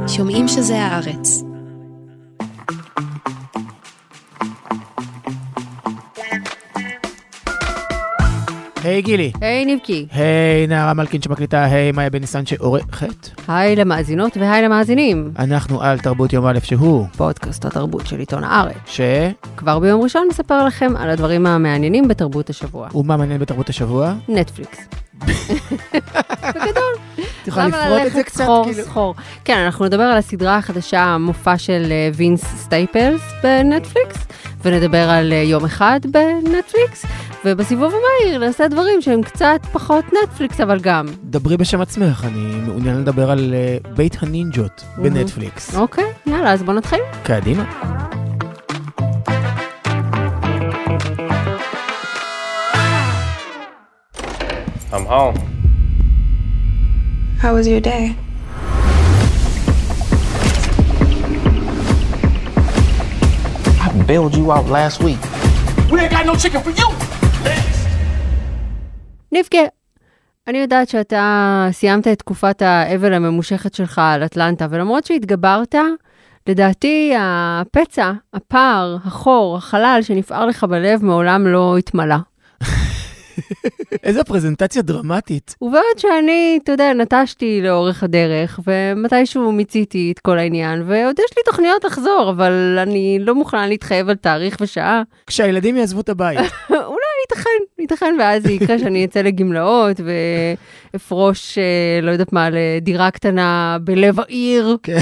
שומעים שזה הארץ. היי גילי. היי נבקי. היי נערה מלכין שמקליטה, היי מאיה בן ניסן שעורכת. היי למאזינות והי למאזינים. אנחנו על תרבות יום א' שהוא פודקאסט התרבות של עיתון הארץ. כבר ביום ראשון נספר לכם על הדברים המעניינים בתרבות השבוע. ומה מעניין בתרבות השבוע? נטפליקס. בגדול. תוכל לפרוט את זה קצת? סחור. כן, אנחנו נדבר על הסדרה החדשה, המופע של וינס סטייפלס בנטפליקס, ונדבר על יום אחד בנטפליקס, ובסיבוב המהיר נעשה דברים שהם קצת פחות נטפליקס, אבל גם. דברי בשם עצמך, אני מעוניין לדבר על בית הנינג'ות בנטפליקס. אוקיי, יאללה, אז בוא נתחיל. קדימה. I'm home. How was your day? I bailed you out last week. We ain't got no chicken for you. נבקה, אני יודעת שאתה סיימת את תקופת האבל הממושכת שלך על אטלנטה, ולמרות שהתגברת, לדעתי הפצע, הפער, החור, החלל שנפער לך בלב מעולם לא התמלא. איזו פרזנטציה דרמטית. ובעוד שאני, אתה יודע, נטשתי לאורך הדרך, ומתישהו מיציתי את כל העניין, ועוד יש לי תוכניות לחזור, אבל אני לא מוכנה להתחייב על תאריך ושעה. כשהילדים יעזבו את הבית. אולי ייתכן, ואז זה יקרה שאני אצא לגמלאות, ואפרוש, לא יודעת מה, לדירה קטנה בלב העיר. כן.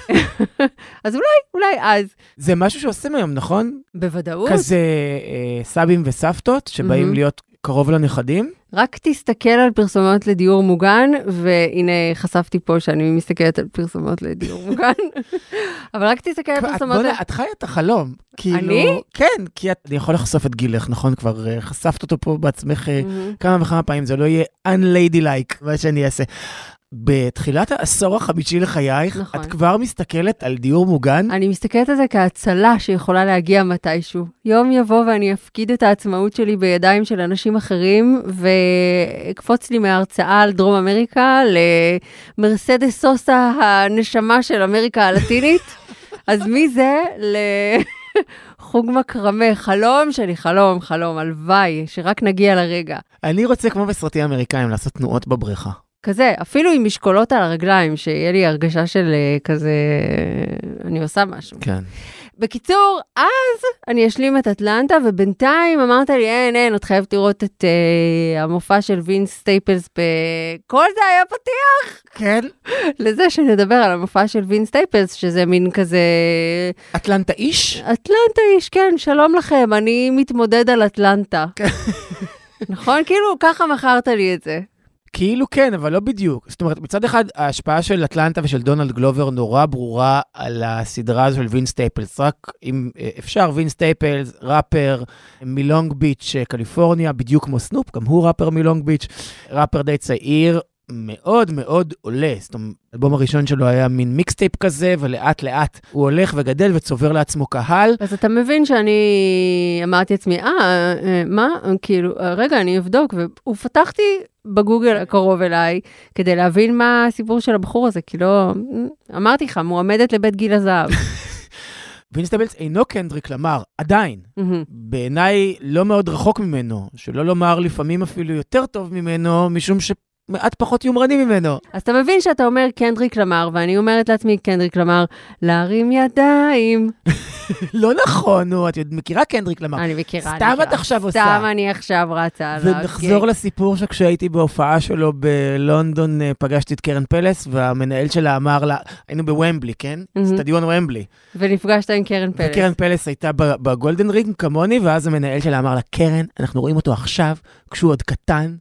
אז אולי אז. זה משהו שעושים היום, נכון? בוודאות. כזה סבים וסבתות, שבאים להיות קרוב לנכדים. רק תסתכל על פרסומות לדיור מוגן, והנה חשפתי פה שאני מסתכלת על פרסומות לדיור מוגן. אבל רק תסתכל על פרסומות... את חיה את החלום. אני? כן, כי אני יכול לחשוף את גילך, נכון? כבר חשפת אותו פה בעצמך כמה וכמה פעמים, זה לא יהיה unladylike, מה שאני אעשה. בתחילת העשור החמישי לחייך, נכון. את כבר מסתכלת על דיור מוגן? אני מסתכלת על זה כהצלה שיכולה להגיע מתישהו. יום יבוא ואני אפקיד את העצמאות שלי בידיים של אנשים אחרים, ואקפוץ לי מההרצאה על דרום אמריקה למרסדס סוסה הנשמה של אמריקה הלטינית. אז מי זה? חוג מקרמה, חלום שלי, חלום, הלוואי, שרק נגיע לרגע. אני רוצה כמו בסרטים אמריקאים לעשות תנועות בבריכה. כזה, אפילו עם משקולות על הרגליים, שיהיה לי הרגשה של כזה, אני עושה משהו. כן. בקיצור, אז אני אשלים את אטלנטה, ובינתיים אמרת לי, אין, את חייבת לראות את המופע של וינס סטייפלס כל זה היה פתיח. כן. לזה שנדבר על המופע של וינס סטייפלס, שזה מין כזה... אטלנטה איש? אטלנטה איש, כן, שלום לכם, אני מתמודד על אטלנטה. נכון? כאילו, ככה מכרת לי את זה. כאילו כן, אבל לא בדיוק. זאת אומרת, מצד אחד, ההשפעה של אטלנטה ושל דונלד גלובר נורא ברורה על הסדרה הזו של וינס סטייפלס. רק אם אפשר, וינס סטייפלס, ראפר מלונג ביץ', קליפורניה, בדיוק כמו סנופ, גם הוא ראפר מלונג ביץ', ראפר די צעיר, מאוד מאוד עולה. זאת אומרת, האלבום הראשון שלו היה מין מיקסטייפ כזה, ולאט לאט הוא הולך וגדל וצובר לעצמו קהל. אז אתה מבין שאני אמרתי לעצמי, מה? כאילו, רגע, אני אבדוק, ופתחתי בגוגל הקרוב אליי, כדי להבין מה הסיפור של הבחור הזה, כי לא, אמרתי לך, מועמדת לבית גיל הזהב. וינס סטייפלס אינו קנדריק למר, עדיין. בעיניי לא מאוד רחוק ממנו, שלא לומר לפעמים אפילו יותר טוב ממנו, משום מעט פחות יומרני ממנו. אז אתה מבין שאתה אומר קנדריק למר, ואני אומרת לעצמי קנדריק למר, להרים ידיים. לא נכון, את מכירה קנדריק למר. אני מכירה. סתם את עכשיו עושה. סתם אני עכשיו רצה עליו. ונחזור לסיפור שכשהייתי בהופעה שלו בלונדון, פגשתי את קרן פלס, והמנהל שלה אמר לה, היינו בוומבלי, כן? סטדיון וומבלי. ונפגשת עם קרן פלס. וקרן פלס הייתה בגולדן רינג כמוני, ואז המנהל שלה אמר לה, קרן, אנחנו רואים אותו עכשיו, כשהוא עוד קטן.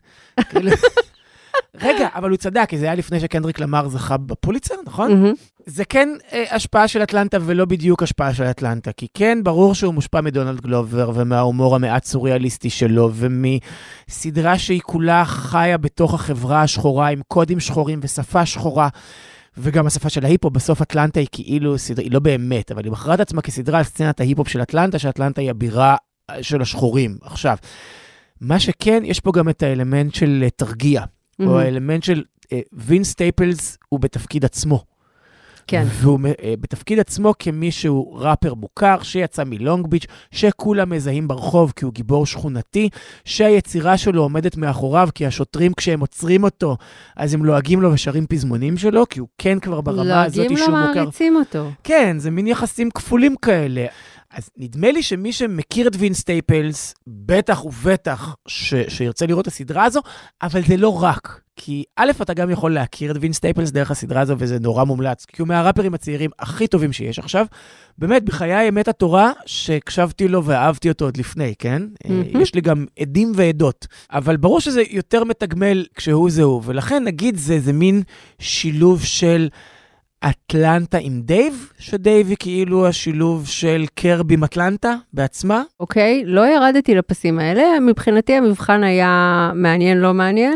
רגע, אבל הוא צדק, כי זה היה לפני שקנדריק למר זכה בפוליצר, נכון? זה כן השפעה של אטלנטה ולא בדיוק השפעה של אטלנטה, כי כן, ברור שהוא מושפע מדונלד גלובר ומההומור המעט סוריאליסטי שלו, ומסדרה שהיא כולה חיה בתוך החברה השחורה עם קודים שחורים ושפה שחורה, וגם השפה של ההיפופ, בסוף אטלנטה היא כאילו סדרה, היא לא באמת, אבל היא בחרה את עצמה כסדרה על סצנת ההיפופ של אטלנטה, שאטלנטה היא הבירה של השחורים. עכשיו, מה שכן, יש פה גם את האלמנט של תרגיע, או האלמנט של וינס סטייפלס הוא בתפקיד עצמו. כן. והוא בתפקיד עצמו כמישהו ראפר מוכר, שיצא מלונג ביץ', שכולם מזהים ברחוב כי הוא גיבור שכונתי, שהיצירה שלו עומדת מאחוריו, כי השוטרים כשהם עוצרים אותו, אז הם לועגים לו ושרים פזמונים שלו, כי הוא כן כבר ברמה הזאת שהוא מוכר. לועגים לו מעריצים אותו. כן, זה מין יחסים כפולים כאלה. אז נדמה לי שמי שמכיר את וין סטייפלס, בטח ובטח שירצה לראות את הסדרה הזו, אבל זה לא רק. כי א', אתה גם יכול להכיר את וין סטייפלס דרך הסדרה הזו, וזה נורא מומלץ, כי הוא מהראפרים הצעירים הכי טובים שיש עכשיו. באמת, בחיי אמת התורה, שהקשבתי לו ואהבתי אותו עוד לפני, כן? יש לי גם עדים ועדות. אבל ברור שזה יותר מתגמל כשהוא זהו, ולכן נגיד זה מין שילוב של אטלנטה עם דייב, שדייב היא כאילו השילוב של קרבי עם אטלנטה בעצמה. אוקיי, לא ירדתי לפסים האלה, מבחינתי המבחן היה מעניין, לא מעניין.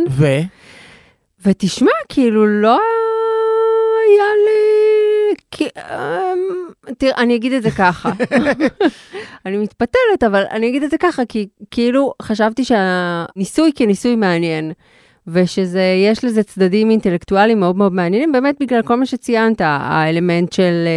ותשמע, כאילו לא היה לי... תראה, אני אגיד את זה ככה. אני מתפתלת, אבל אני אגיד את זה ככה, כי כאילו חשבתי שהניסוי כניסוי מעניין. יש לזה צדדים אינטלקטואליים מאוד מאוד מעניינים, באמת בגלל כל מה שציינת, האלמנט של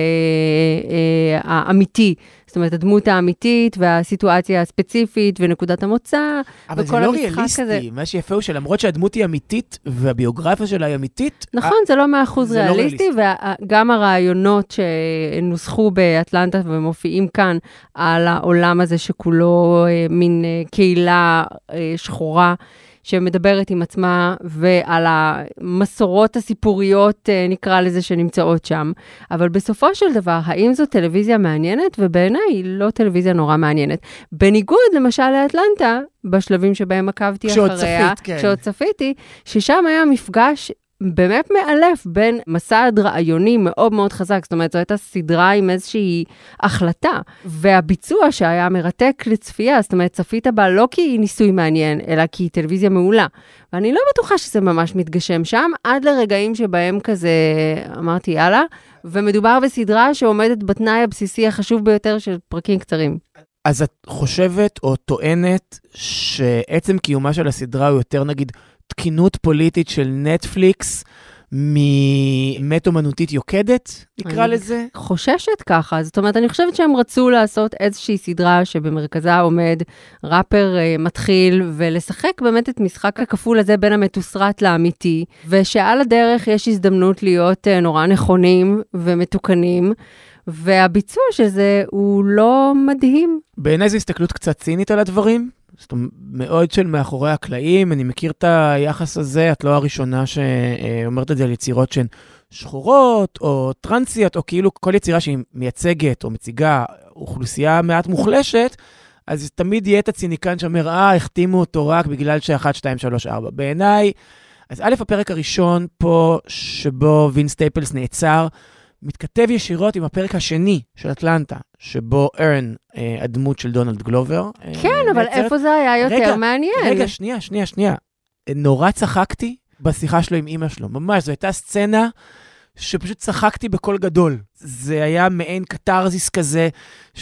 האמיתי, זאת אומרת, הדמות האמיתית והסיטואציה הספציפית ונקודת המוצא. אבל זה לא ריאליסטי, מה שיפה הוא שלמרות שהדמות היא אמיתית והביוגרפיה שלה היא אמיתית. נכון, זה לא 100% ריאליסטי, וגם הרעיונות שנוסחו באטלנטה ומופיעים כאן על העולם הזה שכולו מין קהילה שחורה, שמדברת עם עצמה ועל המסורות הסיפוריות, נקרא לזה, שנמצאות שם. אבל בסופו של דבר, האם זו טלוויזיה מעניינת? ובעיניי היא לא טלוויזיה נורא מעניינת. בניגוד, למשל, לאטלנטה, בשלבים שבהם עקבתי אחריה, כשעוד צפיתי, ששם היה מפגש באמת מאלף בין מסע רעיוני מאוד מאוד חזק, זאת אומרת, זו הייתה סדרה עם איזושהי החלטה, והביצוע שהיה מרתק לצפייה, זאת אומרת, צפית בה לא כי היא ניסוי מעניין, אלא כי היא טלוויזיה מעולה. ואני לא בטוחה שזה ממש מתגשם שם, עד לרגעים שבהם כזה אמרתי יאללה, ומדובר בסדרה שעומדת בתנאי הבסיסי החשוב ביותר של פרקים קצרים. אז את חושבת או טוענת שעצם קיומה של הסדרה הוא יותר נגיד תקינות פוליטית של נטפליקס ממטומנותית יוקדת, נקרא לזה? אני חוששת ככה, זאת אומרת, אני חושבת שהם רצו לעשות איזושהי סדרה שבמרכזה עומד ראפר מתחיל, ולשחק באמת את משחק הכפול הזה בין המתוסרט לאמיתי, ושעל הדרך יש הזדמנות להיות נורא נכונים ומתוקנים, והביצוע של זה הוא לא מדהים. בעיניי זו הסתכלות קצת צינית על הדברים, זאת אומרת, מאוד של מאחורי הקלעים, אני מכיר את היחס הזה, את לא הראשונה שאומרת את זה על יצירות שהן שחורות, או טרנסיות, או כאילו כל יצירה שהיא מייצגת או מציגה אוכלוסייה מעט מוחלשת, אז תמיד יהיה את הציניקן שאומר, החתימו אותו רק בגלל ש1, 2, 3, 4. בעיניי, אז א', הפרק הראשון פה, שבו וין סטייפלס נעצר, מתכתב ישירות עם הפרק השני של אטלנטה, שבו ארן, הדמות של דונלד גלובר. כן, אבל איפה זה היה יותר מעניין? רגע, שנייה. נורא צחקתי בשיחה שלו עם אמא שלו. ממש, זו הייתה סצנה שפשוט צחקתי בקול גדול. זה היה מעין קטרזיס כזה,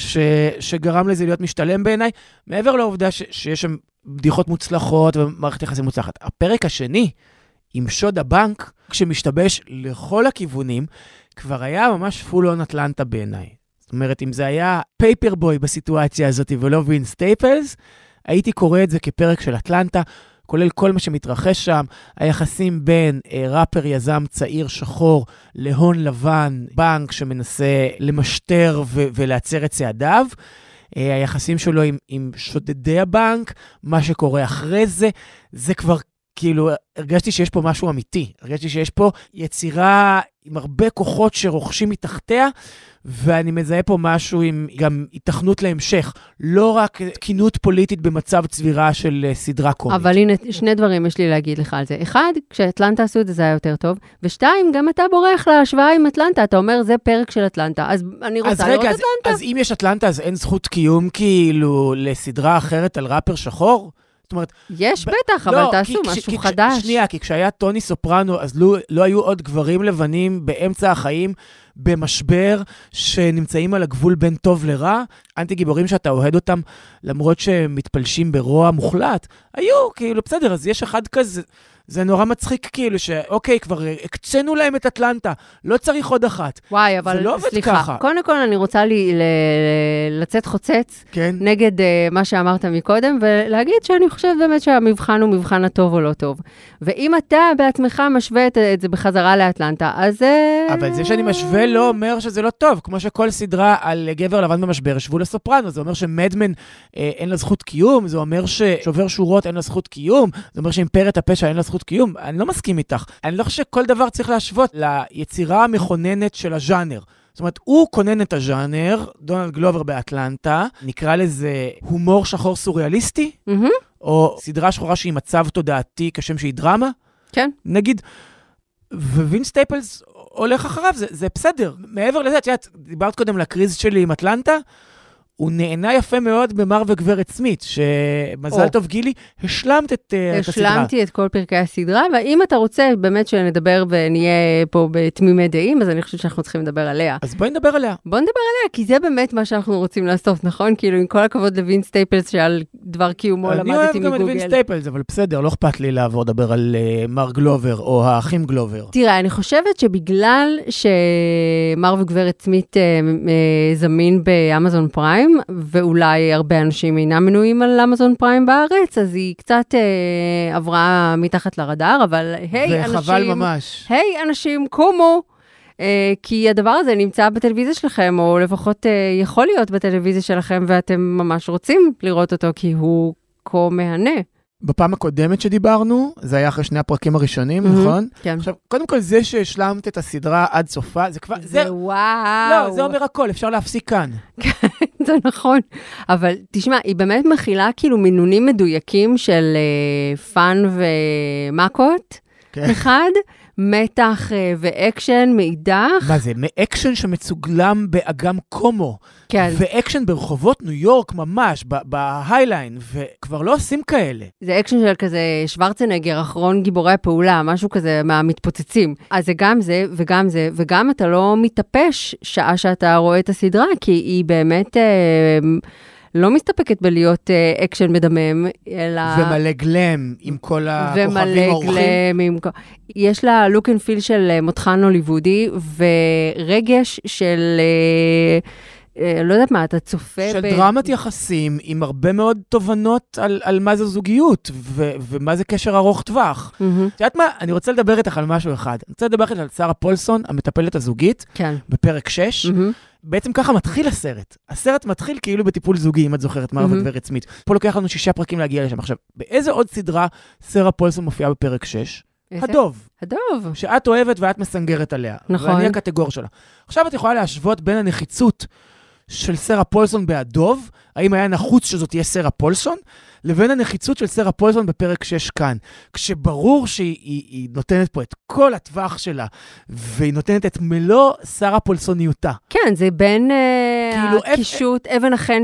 שגרם לזה להיות משתלם בעיניי. מעבר לעובדה שיש שם בדיחות מוצלחות ומערכת יחסים מוצלחת. הפרק השני, עם שוד הבנק, כשמשתבש לכל הכיוונים, כבר היה ממש פול און אטלנטה בעיניי. זאת אומרת, אם זה היה פייפרבוי בסיטואציה הזאת ולא וין סטייפלס, הייתי קורא את זה כפרק של אטלנטה, כולל כל מה שמתרחש שם, היחסים בין ראפר יזם צעיר שחור להון לבן, בנק שמנסה למשטר ולעצר את צעדיו, היחסים שלו עם שודדי הבנק, מה שקורה אחרי זה, זה כבר כאילו, הרגשתי שיש פה משהו אמיתי, הרגשתי שיש פה יצירה עם הרבה כוחות שרוכשים מתחתיה, ואני מזהה פה משהו עם גם התכנות להמשך, לא רק תקינות פוליטית במצב צבירה של סדרה קומית. אבל הנה, שני דברים יש לי להגיד לך על זה. אחד, כשאטלנטה עשו את זה, זה היה יותר טוב, ושתיים, גם אתה בורח להשוואה עם אטלנטה, אתה אומר, זה פרק של אטלנטה, אז אני רוצה לראות אטלנטה. אז אם יש אטלנטה, אז אין זכות קיום כאילו לסדרה אחרת על ראפר שחור? זאת אומרת, יש בטח, אבל תעשו משהו חדש. שנייה, כי כשהיה טוני סופרנו, אז לא היו עוד גברים לבנים באמצע החיים, במשבר, שנמצאים על הגבול בין טוב לרע, אנטי גיבורים שאתה אוהד אותם, למרות שהם מתפלשים ברוע מוחלט, היו, כאילו, בסדר, אז יש אחד כזה, זה נורא מצחיק, כאילו, שאוקיי, כבר הקצנו להם את אטלנטה, לא צריך עוד אחת. וואי, אבל לא סליחה, קודם כל אני רוצה לצאת חוצץ, כן. נגד מה שאמרת מקודם, ולהגיד שאני חושבת באמת שהמבחן הוא מבחן הטוב או לא טוב. ואם אתה בעצמך משווה את זה בחזרה לאטלנטה, אז... אבל זה שאני משווה לא אומר שזה לא טוב, כמו שכל סדרה על גבר לבן במשבר ישבו לסופרנו, זה אומר שמדמן אין לה זכות קיום, זה אומר ששובר שורות אין לה זכות קיום, זה אומר שאימפריית הפשע אין לה זכות קיום. אני לא מסכים איתך. אני לא חושב שכל דבר צריך להשוות ליצירה המכוננת של הז'אנר. זאת אומרת, הוא כונן את הז'אנר, דונלד גלובר באטלנטה, נקרא לזה הומור שחור סוריאליסטי, או סדרה שחורה שהיא מצב תודעתי כשם שהיא דרמה. כן. נגיד, ווין סטייפלס הולך אחריו, זה בסדר. מעבר לזה, את דיברת קודם לקריז שלי עם אטלנטה, הוא נהנה יפה מאוד במר וגברת סמית, שמזל טוב גילי, השלמת את הסדרה. השלמתי את כל פרקי הסדרה, ואם אתה רוצה באמת שנדבר ונהיה פה בתמימי דעים, אז אני חושבת שאנחנו צריכים לדבר עליה. אז בואי נדבר עליה. בואי נדבר עליה, כי זה באמת מה שאנחנו רוצים לעשות, נכון? כאילו, עם כל הכבוד לווין סטייפלס, שעל דבר קיומו למדתי מגוגל. אני אוהב גם את ווין סטייפלס, אבל בסדר, לא אכפת לי לעבור לדבר על מר גלובר, או האחים גלובר. תראה, אני חושבת שבגלל שמר וגברת סמית זמין באמזון פריים, ואולי הרבה אנשים אינם מנויים על אמזון פריים בארץ, אז היא קצת עברה מתחת לרדאר, אבל היי אנשים... וחבל ממש. היי אנשים, קומו, כי הדבר הזה נמצא בטלוויזיה שלכם, או לפחות יכול להיות בטלוויזיה שלכם, ואתם ממש רוצים לראות אותו, כי הוא כה מהנה. בפעם הקודמת שדיברנו, זה היה אחרי 2 הפרקים הראשונים, נכון? כן. עכשיו, קודם כל זה שהשלמת את הסדרה עד סופה, זה כבר... זה וואו. לא, זה אומר הכל, אפשר להפסיק כאן. כן, זה נכון. אבל תשמע, היא באמת מכילה כאילו מינונים מדויקים של פאן ומקות, אחד, מתח ואקשן מאידך. מה זה? מאקשן שמצוגלם באגם קומו. כן. ואקשן ברחובות ניו יורק ממש, בהייליין, וכבר לא עושים כאלה. זה אקשן של כזה שוורצנגר, אחרון גיבורי הפעולה, משהו כזה מהמתפוצצים. אז זה גם זה וגם זה, וגם אתה לא מתאפש שעה שאתה רואה את הסדרה, כי היא באמת... לא מסתפקת בלהיות אקשן מדמם, אלא... ומלא גלם עם כל הכוכבים האורחים. ומלא גלם עם... יש לה לוק אנד פיל של מותחן הוליוודי, ורגש של... לא יודעת מה, אתה צופה... של דרמת יחסים, עם הרבה מאוד תובנות על מה זה זוגיות, ומה זה קשר ארוך טווח. את יודעת מה? אני רוצה לדבר איתך על משהו אחד. אני רוצה לדבר איתך על שרה פולסון, המטפלת הזוגית, בפרק 6. בעצם ככה מתחיל הסרט. הסרט מתחיל כאילו בטיפול זוגי, אם את זוכרת מר וגברת סמית. פה לוקח לנו 6 פרקים להגיע לשם. עכשיו, באיזה עוד סדרה שרה פולסון מופיעה בפרק 6? הדוב. הדוב. שאת אוהבת ואת מסנגרת עליה. נכון. ואני הקטגור שלה. עכשיו את יכולה להשוות בין הנחיצות של שרה פולסון בהדוב, האם היה נחוץ שזאת תהיה שרה פולסון, לבין הנחיצות של שרה פולסון בפרק 6 כאן. כשברור שהיא נותנת פה את כל הטווח שלה, והיא נותנת את מלוא שרה פולסוניותה. כן, זה בין כאילו הקישוט, אבן החן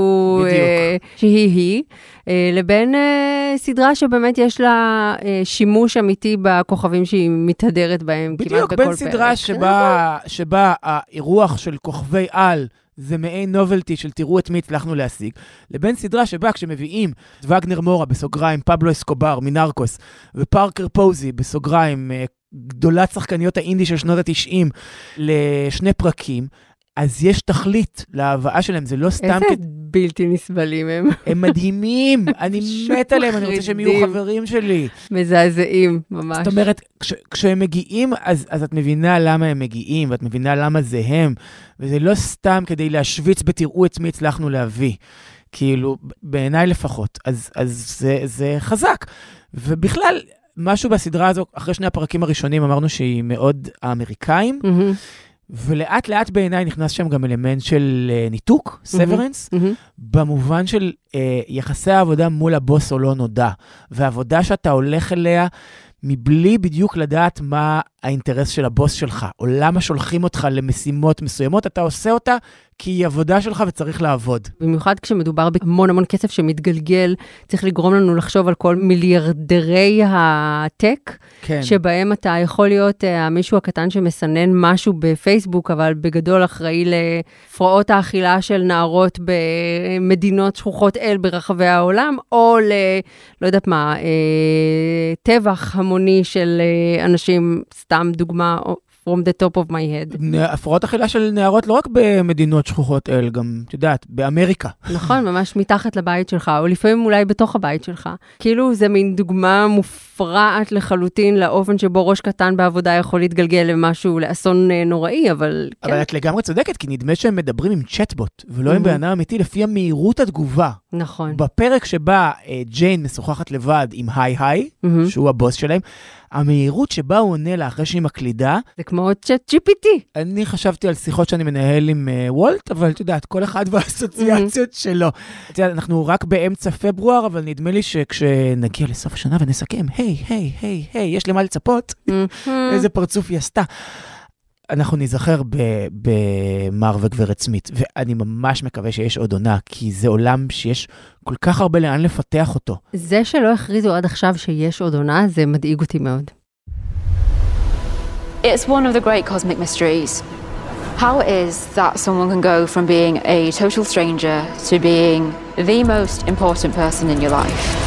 שהיא, לבין סדרה שבאמת יש לה שימוש אמיתי בכוכבים שהיא מתהדרת בהם כמעט בכל פרק. בדיוק, בין סדרה שבה האירוח של כוכבי על, זה מעין נובלטי של תראו את מי הצלחנו להשיג, לבין סדרה שבה כשמביאים את וגנר מורה בסוגריים, פבלו אסקובר מנרקוס, ופארקר פוזי בסוגריים, גדולת שחקניות האינדי של שנות ה-90, ל2 פרקים, אז יש תכלית להבאה שלהם, זה לא סתם... איזה בלתי נסבלים הם. הם מדהימים, אני מת עליהם, אני רוצה שהם יהיו חברים שלי. מזעזעים, ממש. זאת אומרת, כשהם מגיעים, אז את מבינה למה הם מגיעים, ואת מבינה למה זה הם, וזה לא סתם כדי להשוויץ בתראו את מי הצלחנו להביא. כאילו, בעיניי לפחות. אז זה חזק. ובכלל, משהו בסדרה הזו, אחרי 2 הפרקים הראשונים, אמרנו שהיא מאוד האמריקאים, ולאט לאט בעיניי נכנס שם גם אלמנט של ניתוק, סברנס, במובן של יחסי העבודה מול הבוס או לא נודע, והעבודה שאתה הולך אליה מבלי בדיוק לדעת מה האינטרס של הבוס שלך, או למה שולחים אותך למשימות מסוימות, אתה עושה אותה כי היא עבודה שלך וצריך לעבוד. במיוחד כשמדובר בהמון המון כסף שמתגלגל, צריך לגרום לנו לחשוב על כל מיליארדרי הטק, כן. שבהם אתה יכול להיות המישהו הקטן שמסנן משהו בפייסבוק, אבל בגדול אחראי לפרעות האכילה של נערות במדינות שכוחות אל ברחבי העולם, או לא יודעת מה, טבח המוני של אנשים, סתם דוגמה, from the top of my head. הפרעות אכילה של נערות לא רק במדינות שכוחות אל, גם, את יודעת, באמריקה. נכון, ממש מתחת לבית שלך, או לפעמים אולי בתוך הבית שלך. כאילו זה מין דוגמה מופרעת לחלוטין לאופן שבו ראש קטן בעבודה יכול להתגלגל למשהו, לאסון נוראי, אבל כן. אבל את לגמרי צודקת, כי נדמה שהם מדברים עם צ'טבוט, ולא עם בעיה אמיתי לפי המהירות התגובה. נכון. בפרק שבה ג'יין משוחחת לבד עם היי, שהוא הבוס שלהם, המהירות שבה הוא עונה לה אחרי שהיא מקלידה, זה כמו צ'אט GPT. אני חשבתי על שיחות שאני מנהל עם וולט, אבל את יודעת, כל אחד והאסוציאציות שלו. את יודעת, אנחנו רק באמצע פברואר, אבל נדמה לי שכשנגיע לסוף השנה ונסכם, היי, יש למה לצפות, איזה פרצוף היא עשתה. אנחנו נזכר במר וגברת סמית, ואני ממש מקווה שיש עוד עונה, כי זה עולם שיש כל כך הרבה לאן לפתח אותו. זה שלא הכריזו עד עכשיו שיש עוד עונה, זה מדאיג אותי מאוד. It's one of the great cosmic mysteries. How it is that someone can go from being a total stranger to being the most important person in your life?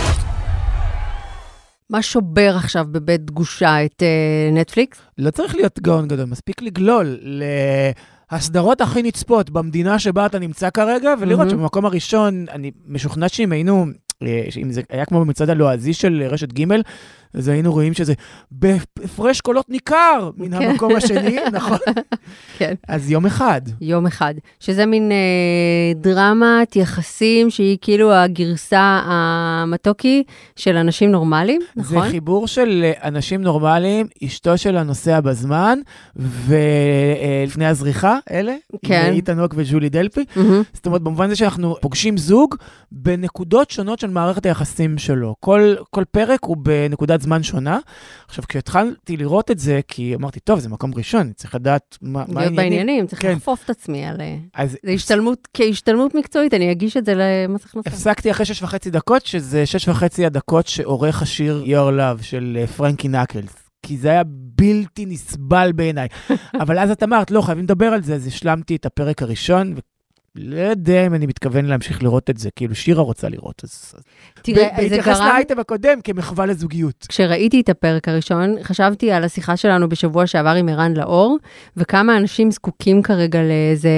מה שובר עכשיו בבית דגושה את נטפליקס? לא צריך להיות גאון גדול, מספיק לגלול להסדרות הכי נצפות במדינה שבה אתה נמצא כרגע, ולראות שבמקום הראשון, אני משוכנע שאם היינו, אם זה היה כמו במצעד הלועזי של רשת ג', אז היינו רואים שזה בהפרש קולות ניכר מן המקום השני, נכון? כן. אז יום אחד. יום אחד. שזה מין דרמת יחסים שהיא כאילו הגרסה המתוקי של אנשים נורמליים, נכון? זה חיבור של אנשים נורמליים, אשתו של הנוסע בזמן, ולפני הזריחה, אלה, עם איתן הוק וג'ולי דלפי. זאת אומרת, במובן זה שאנחנו פוגשים זוג בנקודות שונות של מערכת היחסים שלו. כל פרק הוא בנקודת זמן שונה. עכשיו, כשהתחלתי לראות את זה, כי אמרתי, טוב, זה מקום ראשון, אני צריך לדעת מה העניינים. להיות בעניינים, צריך לחפוף את עצמי על... זה כהשתלמות מקצועית, אני אגיש את זה למס הכנסה. הפסקתי אחרי 6.5 דקות, שזה 6.5 הדקות שעורך השיר Your Love של פרנקי נקלס. כי זה היה בלתי נסבל בעיניי. אבל אז את אמרת, לא, חייבים לדבר על זה, אז השלמתי את הפרק הראשון, לא יודע אם אני מתכוון להמשיך לראות את זה, כאילו שירה רוצה לראות. תראה, בהתייחס לאייטם הקודם כמחווה לזוגיות. כשראיתי את הפרק הראשון, חשבתי על השיחה שלנו בשבוע שעבר עם ערן לאור, וכמה אנשים זקוקים כרגע לאיזה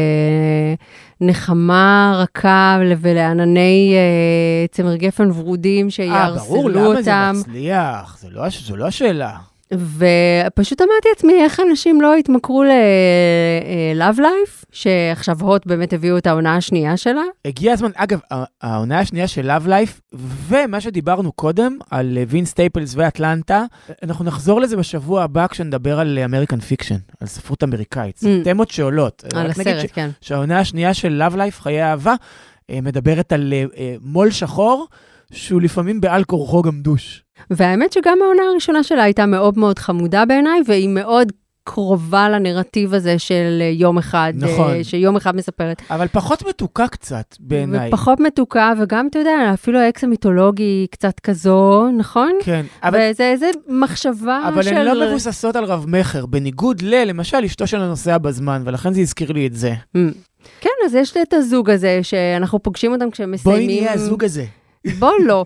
נחמה רכה ולענני צמר גפן ורודים שירסלו אותם. ברור, למה זה מצליח? זו לא השאלה. ופשוט אמרתי לעצמי, איך אנשים לא התמכרו ל-Love Life, שעכשיו הוט באמת הביאו את העונה השנייה שלה. הגיע הזמן, אגב, העונה השנייה של Love Life, ומה שדיברנו קודם, על וין סטייפלס ואטלנטה, אנחנו נחזור לזה בשבוע הבא, כשנדבר על אמריקן פיקשן, על ספרות אמריקאית. זה תמות שעולות. על הסרט, כן. שהעונה השנייה של Love Life, חיי אהבה, מדברת על מול שחור, שהוא לפעמים בעל כורחו גם דוש. והאמת שגם העונה הראשונה שלה הייתה מאוד מאוד חמודה בעיניי, והיא מאוד קרובה לנרטיב הזה של יום אחד, נכון. שיום אחד מספרת. אבל פחות מתוקה קצת בעיניי. ופחות מתוקה, וגם, אתה יודע, אפילו האקס המיתולוגי קצת כזו, נכון? כן. וזה איזה מחשבה אבל של... הן לא מבוססות על רב מחר, בניגוד למשל, אשתו של הנוסע בזמן, ולכן זה הזכיר לי את זה. כן, אז יש את הזוג הזה, שאנחנו פוגשים אותם כשמסיימים... בואי נהיה הזוג הזה. בוא לא.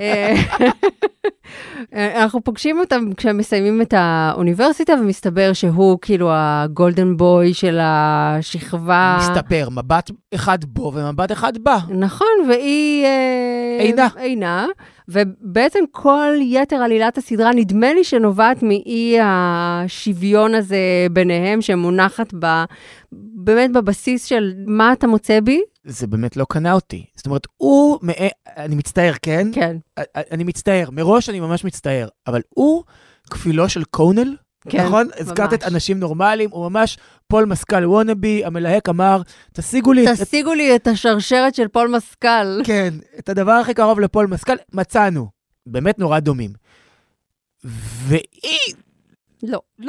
אנחנו פוגשים אותם כשהם מסיימים את האוניברסיטה, ומסתבר שהוא כאילו הגולדן בוי של השכבה. מסתבר, מבט אחד בו ומבט אחד בה. נכון, והיא... אינה. ובעצם כל יתר עלילת הסדרה נדמה לי שנובעת מאי השוויון הזה ביניהם, שמונחת באמת בבסיס של מה אתה מוצא בי. זה באמת לא קנה אותי. זאת אומרת, אני מצטער, כן? כן. אני מצטער, מראש אני ממש מצטער, אבל הוא כפילו של קונל, כן, נכון? הזכרת את אנשים נורמליים, הוא ממש פול מסקל וונאבי, המלהק אמר, תשיגו לי את השרשרת של פול מסקל. כן, את הדבר הכי קרוב לפול מסקל, מצאנו. באמת נורא דומים. והיא... לא. לא.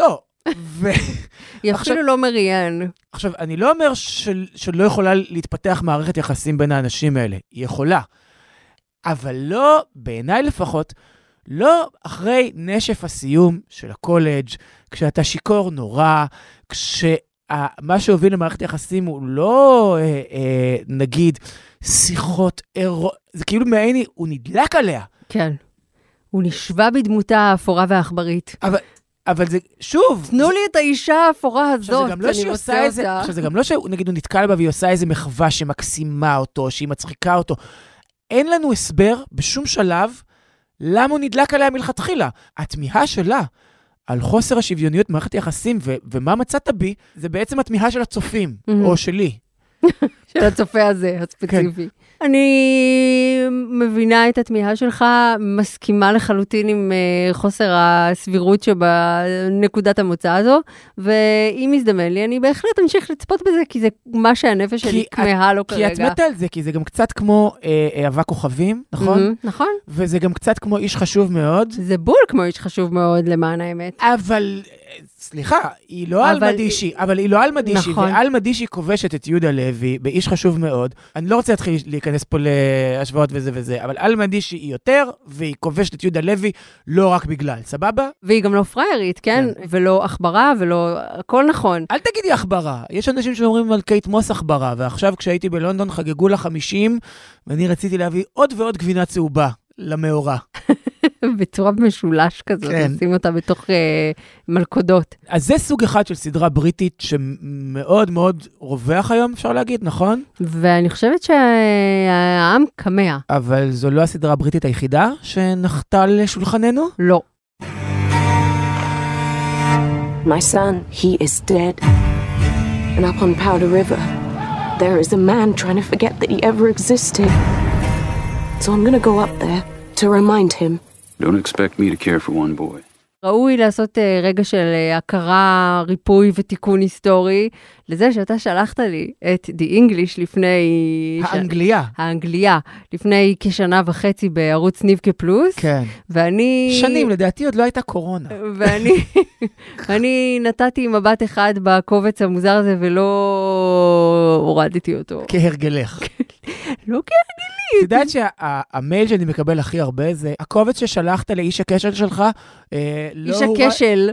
היא אפילו לא מריאן. עכשיו, אני לא אומר שלא יכולה להתפתח מערכת יחסים בין האנשים האלה. היא יכולה. אבל לא, בעיניי לפחות, לא אחרי נשף הסיום של הקולג', כשאתה שיקור נורא, מה שהוביל למערכת יחסים הוא לא, נגיד, שיחות, זה כאילו מעיני, הוא נדלק עליה. כן. הוא נשווה בדמותה האפורה והאחברית. אבל זה, שוב... תנו לי את האישה האפורה הזאת, אני רוצה אותה. עכשיו, זה גם לא שנגיד הוא נתקל בה והיא עושה איזה מחווה שמקסימה אותו, שהיא מצחיקה אותו. אין לנו הסבר בשום שלב למה הוא נדלק עליה מלכתחילה. התמיהה שלה על חוסר השוויוניות במערכת יחסים ומה מצאת בי, זה בעצם התמיהה של הצופים, או שלי. של הצופה הזה, הספציפי. אני מבינה את התמיהה שלך, מסכימה לחלוטין עם חוסר הסבירות שבנקודת המוצא הזו, ואם יזדמן לי, אני בהחלט אמשיך לצפות בזה, כי זה מה שהנפש שלי כמהה לו כרגע. כי את מתה על זה, כי זה גם קצת כמו אהבה כוכבים, נכון? נכון. וזה גם קצת כמו איש חשוב מאוד. זה בול כמו איש חשוב מאוד, למען האמת. אבל... סליחה, היא לא על מדישי, אבל היא לא על מדישי, ועל מדישי כובשת את יהודה לוי, באיש חשוב מאוד. אני לא רוצה להתחיל להיכנס פה להשוואות וזה וזה, אבל על מדישי היא יותר, והיא כובשת את יהודה לוי לא רק בגלל, סבבה? והיא גם לא פריירית, כן? ולא אכברה, ולא... הכל נכון. אל תגידי אכברה. יש אנשים שאומרים על קייט מוס אכברה, ועכשיו כשהייתי בלונדון חגגו לה 50, ואני רציתי להביא עוד ועוד גבינה צהובה למאורה. בצורה משולש כזאת, נשים אותה בתוך מלכודות. אז זה סוג אחד של סדרה בריטית שמאוד מאוד רווח היום, אפשר להגיד, נכון? ואני חושבת שהעם קמע. אבל זו לא הסדרה הבריטית היחידה שנחתה לשולחננו? לא. My son, he is dead. And up on Powder River, there is a man trying to forget that he ever existed. So I'm going to go up there to remind him. Don't expect me to care for one boy. ראוי לעשות רגע של הכרה, ריפוי ותיקון היסטורי, לזה שאתה שלחת לי את The English לפני... האנגליה. לפני כשנה וחצי בערוץ ניבקה פלוס. כן. ואני... שנים, לדעתי עוד לא הייתה קורונה. ואני נתתי מבט אחד בקובץ המוזר הזה ולא הורדתי אותו. כהרגלך. לא כהרגלי. את יודעת שהמייל שאני מקבל הכי הרבה זה, הקובץ ששלחת לאיש הקשל שלך, איש הקשל.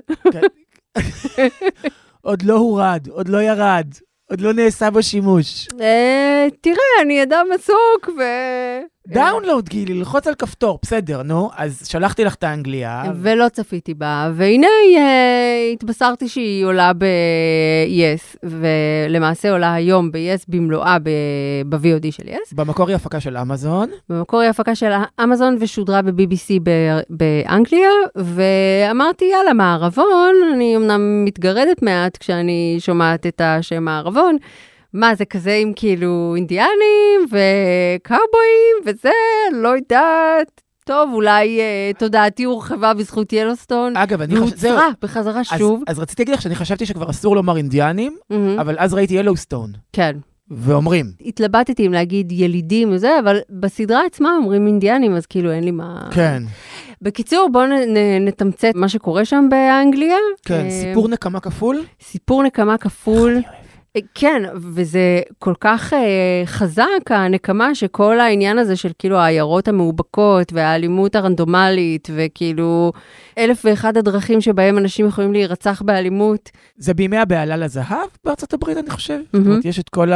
עוד לא הורד, עוד לא ירד, עוד לא נעשה בו שימוש. תראה, אני אדם עסוק דאונלוד, גילי, ללחוץ על כפתור, בסדר, נו, אז שלחתי לך את האנגליה. ולא צפיתי בה, והנה התבשרתי שהיא עולה ב-yes, ולמעשה עולה היום ב-yes במלואה ב-VOD של yes. במקור היא הפקה של אמזון. במקור היא הפקה של אמזון ושודרה ב-BBC באנגליה, ואמרתי, יאללה, מערבון, אני אמנם מתגרדת מעט כשאני שומעת את השם מערבון, מה, זה כזה עם כאילו אינדיאנים וקאובויים וזה, לא יודעת. טוב, אולי תודעתי הורחבה בזכות ילוסטון. אגב, אני והוצרה בחזרה שוב. אז רציתי להגיד לך שאני חשבתי שכבר אסור לומר אינדיאנים, אבל אז ראיתי ילוסטון. כן. ואומרים. התלבטתי אם להגיד ילידים וזה, אבל בסדרה עצמה אומרים אינדיאנים, אז כאילו אין לי מה... כן. בקיצור, בואו נתמצת מה שקורה שם באנגליה. כן, סיפור נקמה כפול. סיפור נקמה כפול. כן, וזה כל כך חזק, הנקמה, שכל העניין הזה של כאילו העיירות המאובקות, והאלימות הרנדומלית, וכאילו 1001 הדרכים שבהם אנשים יכולים להירצח באלימות. זה בימי הבעלה לזהב בארצות הברית, אני חושב. זאת אומרת, יש את כל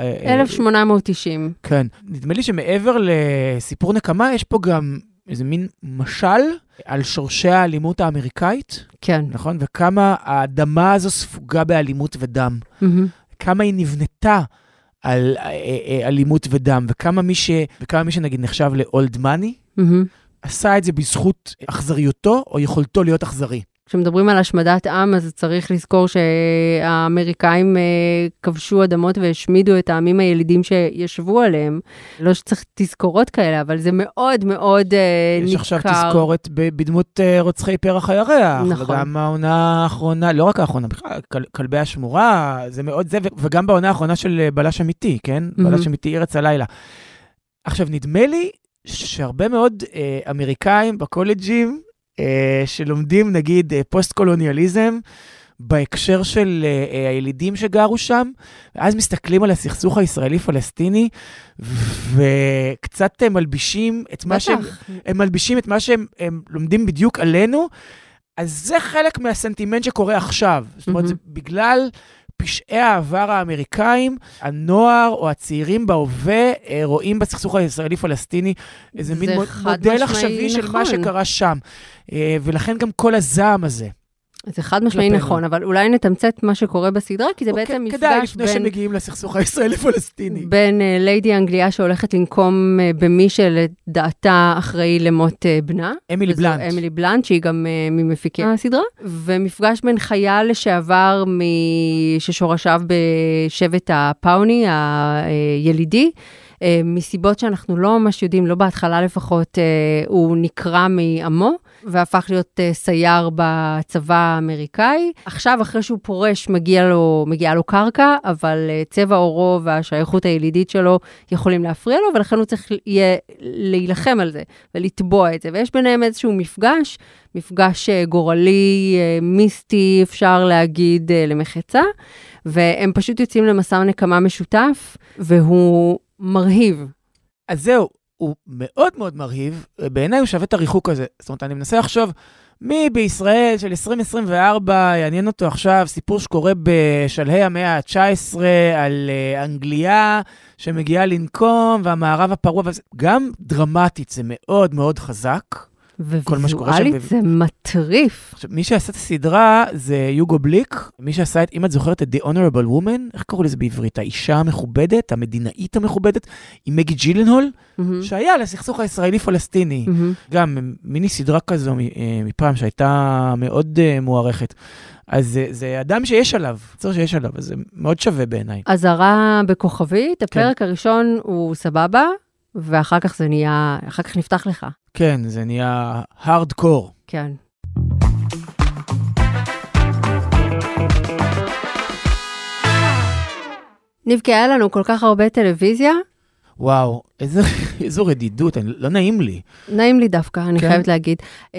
1890. כן. נדמה לי שמעבר לסיפור נקמה, יש פה גם איזה מין משל על שורשי האלימות האמריקאית. כן. נכון? וכמה האדמה הזו ספוגה באלימות ודם. כמה היא נבנתה על אלימות ודם, וכמה מי שנגיד נחשב לאולד מאני, עשה את זה בזכות אכזריותו, או יכולתו להיות אכזרי. כשמדברים על השמדת עם, אז צריך לזכור שהאמריקאים כבשו אדמות והשמידו את העמים הילידים שישבו עליהם. לא שצריך תזכורות כאלה, אבל זה מאוד מאוד ניכר. יש עכשיו תזכורת בדמות רוצחי פרח הירח. נכון. וגם העונה האחרונה, לא רק האחרונה, בכלל, כלבי השמורה, זה מאוד זה, וגם בעונה האחרונה של בלש אמיתי, כן? בלש אמיתי ארץ הלילה. עכשיו, נדמה לי שהרבה מאוד אמריקאים בקולג'ים, שלומדים נגיד פוסט-קולוניאליזם, בהקשר של הילידים שגרו שם, ואז מסתכלים על הסכסוך הישראלי-פלסטיני, וקצת מלבישים את מה שהם לומדים בדיוק עלינו, אז זה חלק מהסנטימנט שקורה עכשיו. זאת אומרת, זה בגלל פשעי העבר האמריקאים, הנוער או הצעירים בהווה רואים בסכסוך הישראלי-פלסטיני איזה מין מודל עכשווי של מה שקרה שם. ולכן גם כל הזעם הזה. זה חד משמעי נכון, אבל אולי נתמצת מה שקורה בסדרה, כי זה בעצם מפגש בין... כדאי, לפני שמגיעים לסכסוך הישראלי-פלסטיני. בין ליידי אנגליה שהולכת לנקום במי שלדעתה אחראי למות בנה. אמילי בלנט. אמילי בלנט, שהיא גם ממפיקי הסדרה. ומפגש בין חייל לשעבר ששורשיו בשבט הפאוני, הילידי, מסיבות שאנחנו לא ממש יודעים, לא בהתחלה לפחות, הוא נקרא מעמו, והפך להיות סייר בצבא האמריקאי. עכשיו, אחרי שהוא פורש, מגיע לו קרקע, אבל צבע עורו והשייכות הילידית שלו יכולים להפריע לו, ולכן הוא צריך להילחם על זה, ולטבוע את זה. ויש ביניהם איזשהו מפגש גורלי, מיסטי, אפשר להגיד, למחצה, והם פשוט יוצאים למסע נקמה משותף, והוא מרהיב. אז זהו, הוא מאוד מאוד מרהיב, בעיניי הוא שווה את הריחוק הזה. זאת אומרת, אני מנסה לחשוב, מי בישראל של 2024 יעניין אותו עכשיו סיפור שקורה בשלהי המאה ה-19 על אנגליה שמגיעה לנקום והמערב הפרוע, גם דרמטית זה מאוד מאוד חזק. וויזואלית זה מטריף. עכשיו, מי שעשה את הסדרה זה יוגו בליק, מי שעשה את, אם את זוכרת, את The Honorable Woman, איך קראו לזה בעברית? האישה המכובדת, המדינאית המכובדת, עם מגי ג'ילנהול, שהיה לסכסוך הישראלי-פלסטיני. גם מיני סדרה כזו מפעם שהייתה מאוד מוערכת. אז זה אדם שיש עליו, צריך שיש עליו, אז זה מאוד שווה בעיניי. אזהרה בכוכבית, הפרק הראשון הוא סבבה, ואחר כך זה נהיה, אחר כך נפתח לך. כן, זה נהיה הארדקור. כן. נבקע, היה לנו כל כך הרבה טלוויזיה. וואו, איזו רדידות, לא נעים לי. נעים לי דווקא, אני חייבת להגיד.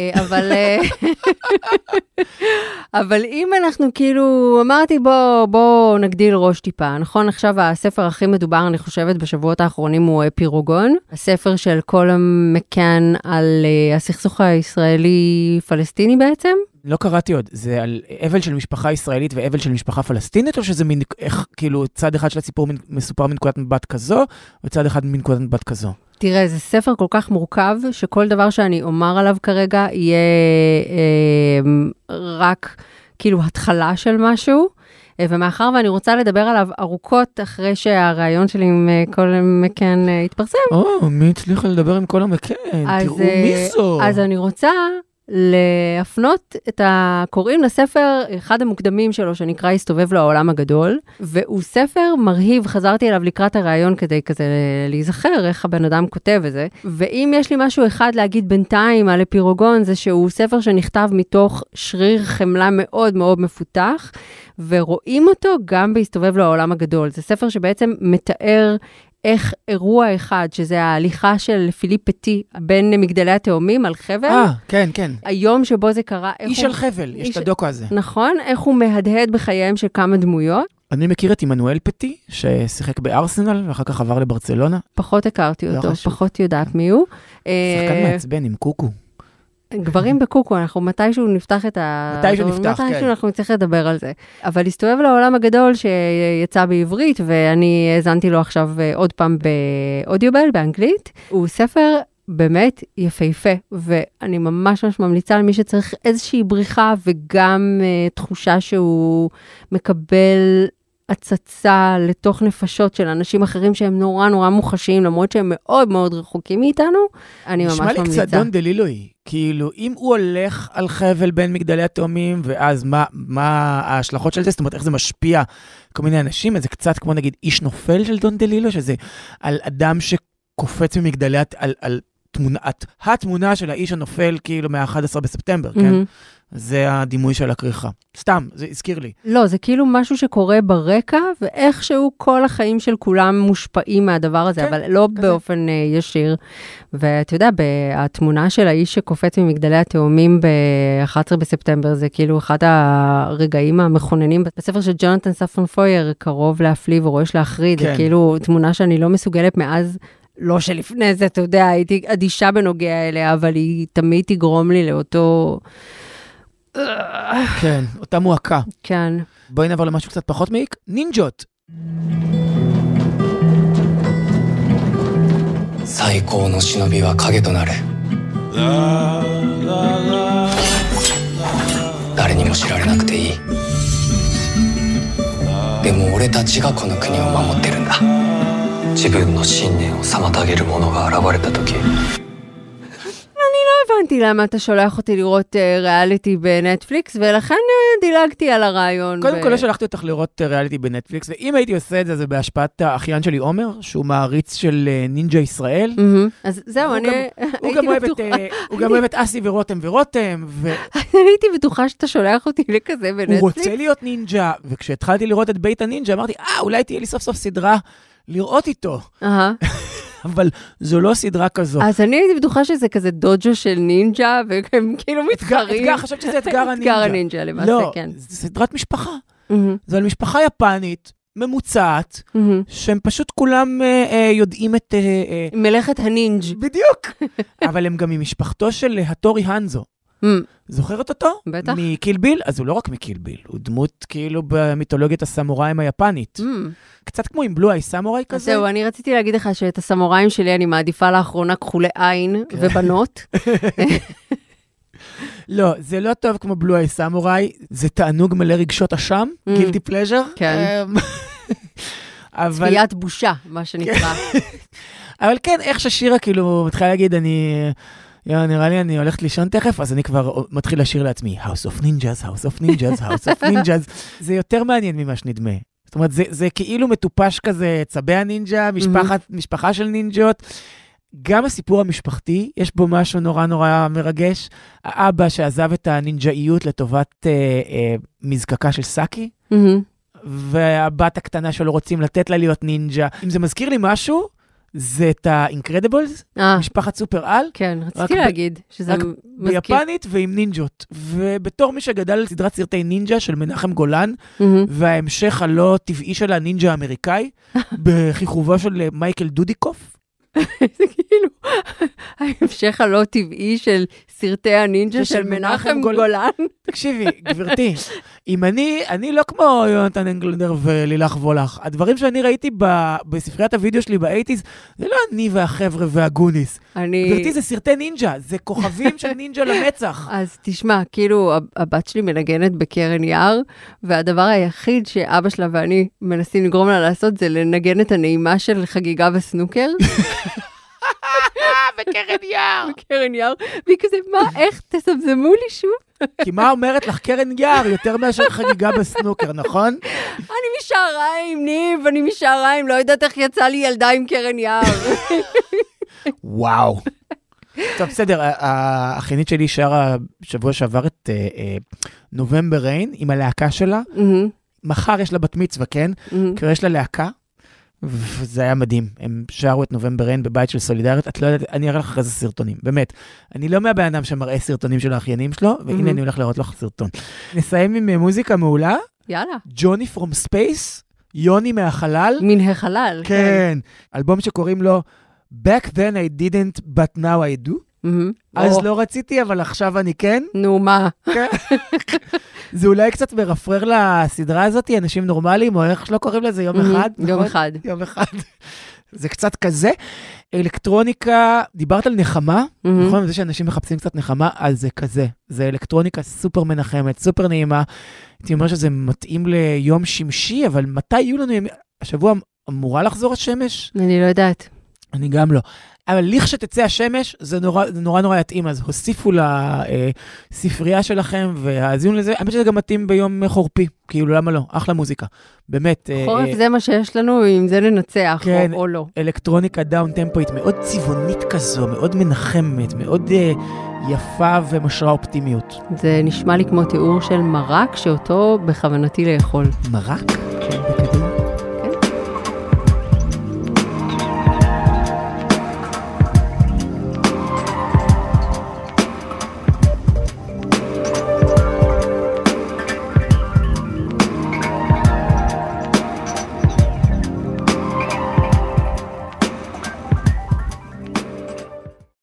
אבל אם אנחנו כאילו, אמרתי בוא נגדיל ראש טיפה, נכון? עכשיו הספר הכי מדובר, אני חושבת, בשבועות האחרונים הוא פירוגון, הספר של קולום מקאן על הסכסוך הישראלי-פלסטיני בעצם. לא קראתי עוד, זה על אבל של משפחה ישראלית ואבל של משפחה פלסטינית, או שזה כאילו צד אחד של הסיפור מסופר מנקודת מבט כזו, וצד אחד מנקודת מבט כזו? תראה, זה ספר כל כך מורכב, שכל דבר שאני אומר עליו כרגע, יהיה רק כאילו התחלה של משהו, ומאחר ואני רוצה לדבר עליו ארוכות, אחרי שהרעיון שלי עם קולום מקאן התפרסם. מי הצליחה לדבר עם קולום מקאן? תראו מי זו. אז אני רוצה להפנות את הקוראים לספר, אחד המוקדמים שלו, שנקרא הסתובב לו העולם הגדול, והוא ספר מרהיב, חזרתי אליו לקראת הרעיון כדי כזה להיזכר איך הבן אדם כותב את זה, ואם יש לי משהו אחד להגיד בינתיים על פירוגון, זה שהוא ספר שנכתב מתוך שריר חמלה מאוד מאוד מפותח, ורואים אותו גם בהסתובב לו העולם הגדול. זה ספר שבעצם מתאר איך אירוע אחד, שזה ההליכה של פיליפ פטי, בין מגדלי התאומים על חבל. כן, כן. היום שבו זה קרה. איש על חבל, יש את הדוקו הזה. נכון, איך הוא מהדהד בחייהם של כמה דמויות. אני מכיר את עמנואל פטי, ששיחק בארסנל, ואחר כך עבר לברצלונה. פחות הכרתי אותו, פחות יודעת מי הוא. שחקן מעצבן עם קוקו. גברים בקוקו, אנחנו מתישהו נפתח את מתישהו אנחנו נצטרך לדבר על זה. אבל הסתובב לעולם הגדול שיצא בעברית, ואני האזנתי לו עכשיו עוד פעם באודיובל, באנגלית. הוא ספר באמת יפהפה, ואני ממש ממליצה למי שצריך איזושהי בריחה, וגם תחושה שהוא מקבל הצצה לתוך נפשות של אנשים אחרים שהם נורא נורא מוחשיים, למרות שהם מאוד מאוד רחוקים מאיתנו, אני ממש ממליצה. נשמע לי קצת דון דלילוי, כאילו אם הוא הולך על חבל בין מגדלי התאומים, ואז מה ההשלכות של זה, זאת אומרת איך זה משפיע כל מיני אנשים, אז זה קצת כמו נגיד איש נופל של דון דלילוי, שזה על אדם שקופץ ממגדלי, על התמונה של האיש הנופל כאילו מה-11 בספטמבר, כן? זה הדימוי של הכריכה. סתם, זה הזכיר לי. לא, זה כאילו משהו שקורה ברקע, ואיכשהו כל החיים של כולם מושפעים מהדבר הזה, כן, אבל לא כזה. באופן ישיר. ואתה יודע, התמונה של האיש שקופץ ממגדלי התאומים ב-11 בספטמבר, זה כאילו אחד הרגעים המכוננים. בספר של ג'ונתן ספון פויר, קרוב להפליא ורוש להחריד, כן. זה כאילו תמונה שאני לא מסוגלת מאז, לא שלפני זה, אתה יודע, הייתי אדישה בנוגע אליה, אבל היא תמיד תגרום לי לאותו... כן, אותה מועקה. כן. בואי נעבור למשהו קצת פחות מעיק. נינג'ות. 最高の忍びは影となる。誰にも知られなくていい。でも俺たちがこの国を守ってるんだ。自分の信念を妨げる者が現れた時。 הבנתי למה אתה שולח אותי לראות ריאליטי בנטפליקס, ולכן דילגתי על הרעיון. קודם כל לא שלחתי אותך לראות ריאליטי בנטפליקס, ואם הייתי עושה את זה, זה בהשפעת האחיין שלי עומר, שהוא מעריץ של נינג'ה ישראל. אז זהו, אני הייתי בטוחה. הוא גם אוהב את אסי ורותם ורותם. אני הייתי בטוחה שאתה שולח אותי לכזה בנטפליקס. הוא רוצה להיות נינג'ה, וכשהתחלתי לראות את בית הנינג'ה, אמרתי, אולי תהיה לי סוף סוף סדרה לראות איתו. אבל זו לא סדרה כזו. אז אני הייתי בטוחה שזה כזה דוג'ו של נינג'ה, והם כאילו מתחרים. חשבתי שזה אתגר הנינג'ה. אתגר הנינג'ה, למעשה, כן. לא, זה סדרת משפחה. זו על משפחה יפנית, ממוצעת, שהם פשוט כולם יודעים את... מלאכת הנינג'. בדיוק. אבל הם גם ממשפחתו של הטורי הנזו. זוכרת אותו? בטח. מקיל ביל? אז הוא לא רק מקיל ביל, הוא דמות כאילו במיתולוגיית הסמוראים היפנית. קצת כמו עם בלו איי סמוראי כזה. זהו, אני רציתי להגיד לך שאת הסמוראים שלי אני מעדיפה לאחרונה כחולי עין ובנות. לא, זה לא טוב כמו בלו איי סמוראי, זה תענוג מלא רגשות אשם, גילטי פלז'ר. כן. צפיית בושה, מה שנקרא. אבל כן, איך ששירה כאילו מתחילה להגיד, נראה לי אני הולכת לישון תכף, אז אני כבר מתחיל לשיר לעצמי, House of Ninjas, House of Ninjas, House of Ninjas. זה יותר מעניין ממה שנדמה. זאת אומרת, זה כאילו מטופש כזה, צבי הנינג'ה, משפחה של נינג'ות. גם הסיפור המשפחתי, יש בו משהו נורא נורא מרגש. האבא שעזב את הנינג'איות לטובת מזקקה של סאקי, והבת הקטנה שלו רוצים לתת לה להיות נינג'ה. אם זה מזכיר לי משהו, זה את ה-Incredibles, משפחת סופר על. כן, רציתי להגיד שזה מזכיר. ביפנית ועם נינג'ות. ובתור מי שגדל על סדרת סרטי נינג'ה של מנחם גולן, וההמשך הלא טבעי של הנינג'ה האמריקאי, בחיכובו של מייקל דודיקוף. זה כאילו, ההמשך הלא טבעי של סרטי הנינג'ה של מנחם גולן. תקשיבי, גברתי, אם אני לא כמו יונתן אנגלנדר ולילך וולך, הדברים שאני ראיתי בספריית הוידאו שלי ב-80s, זה לא אני והחבר'ה והגוניס. גברתי, זה סרטי נינג'ה, זה כוכבים של נינג'ה למצח. אז תשמע, כאילו, הבת שלי מנגנת בקרן יער, והדבר היחיד שאבא שלה ואני מנסים לגרום לה לעשות, זה לנגן את הנעימה של חגיגה בסנוקר. בקרן יער. בקרן יער. והיא כזה, מה, איך תסבזמו לי שוב? כי מה אומרת לך קרן יער יותר מאשר חגיגה בסנוקר, נכון? אני משעריים, ניב, אני משעריים, לא יודעת איך יצא לי ילדה עם קרן יער. וואו. טוב, בסדר, האחיינית שלי שרה שבוע שעבר את נובמבר ריין עם הלהקה שלה. מחר יש לה בת מצווה, כן? כי יש לה להקה. וזה היה מדהים, הם שרו את נובמבר ריין בבית של סולידריות, את לא יודעת, אני אראה לך אחרי זה סרטונים, באמת. אני לא מהבן אדם שמראה סרטונים של האחיינים שלו, והנה אני הולך לראות לך סרטון. נסיים עם מוזיקה מעולה. יאללה. ג'וני פרום ספייס, יוני מהחלל. מן החלל. כן. אלבום שקוראים לו Back Then I Didn't But Now I Do. אז לא רציתי, אבל עכשיו אני כן. נו, מה? זה אולי קצת מרפרר לסדרה הזאת, אנשים נורמליים, או איך שלא קוראים לזה, יום אחד. יום אחד. יום אחד. זה קצת כזה. אלקטרוניקה, דיברת על נחמה, נכון? זה שאנשים מחפשים קצת נחמה, אז זה כזה. זה אלקטרוניקה סופר מנחמת, סופר נעימה. הייתי אומר שזה מתאים ליום שמשי, אבל מתי יהיו לנו ימים? השבוע אמורה לחזור השמש? אני לא יודעת. אני גם לא. אבל לכשתצא השמש, זה נורא יתאים, אז הוסיפו לספרייה שלכם, והזיון לזה, האמת שזה גם מתאים ביום חורפי, כאילו למה לא, אחלה מוזיקה, באמת. חורף זה מה שיש לנו, אם זה ננצח כן, או לא. אלקטרוניקה דאון טמפואית, מאוד צבעונית כזו, מאוד מנחמת, מאוד יפה ומשרה אופטימיות. זה נשמע לי כמו תיאור של מרק, שאותו בכוונתי לאכול. מרק?